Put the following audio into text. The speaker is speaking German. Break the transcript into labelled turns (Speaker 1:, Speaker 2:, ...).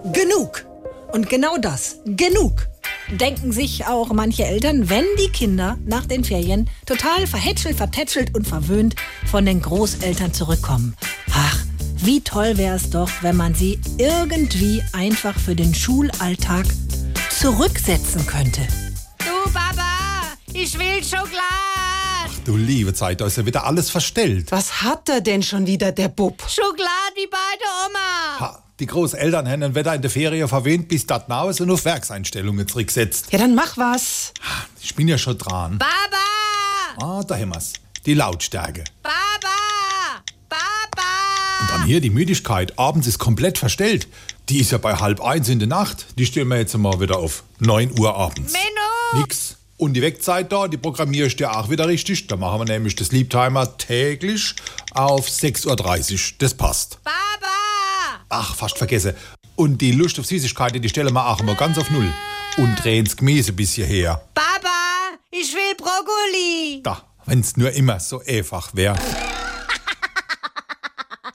Speaker 1: genug. Und genau das, genug, denken sich auch manche Eltern, wenn die Kinder nach den Ferien total verhätschelt, vertätschelt und verwöhnt von den Großeltern zurückkommen. Ach, wie toll wäre es doch, wenn man sie irgendwie einfach für den Schulalltag zurücksetzen könnte.
Speaker 2: Du Baba, ich will Schokolade.
Speaker 3: Du liebe Zeit, da ist ja wieder alles verstellt.
Speaker 4: Was hat er denn schon wieder, der Bub?
Speaker 2: Schokolade wie bei der Oma.
Speaker 3: Ha, die Großeltern haben den Wetter in der Ferien verwöhnt, bis das Haus und auf Werkseinstellungen zurücksetzt.
Speaker 4: Ja, dann mach was.
Speaker 3: Ich bin ja schon dran.
Speaker 2: Baba,
Speaker 3: Da haben wir's. Die Lautstärke.
Speaker 2: Baba, Baba.
Speaker 3: Und dann hier die Müdigkeit. Abends ist komplett verstellt. Die ist ja bei 12:30 in der Nacht. Die stellen wir jetzt mal wieder auf 9 Uhr abends.
Speaker 2: Menno.
Speaker 3: Nix. Und die Wegzeit da, die programmiere ich dir auch wieder richtig. Da machen wir nämlich das Sleeptimer täglich auf 6:30 Uhr. Das passt.
Speaker 2: Baba.
Speaker 3: Ach, fast vergessen. Und die Lust auf Süßigkeiten, die stellen wir auch immer ganz auf Null. Und drehen das Gemüse bis hierher.
Speaker 2: Baba, ich will Brokkoli.
Speaker 3: Da, wenn's nur immer so einfach wäre.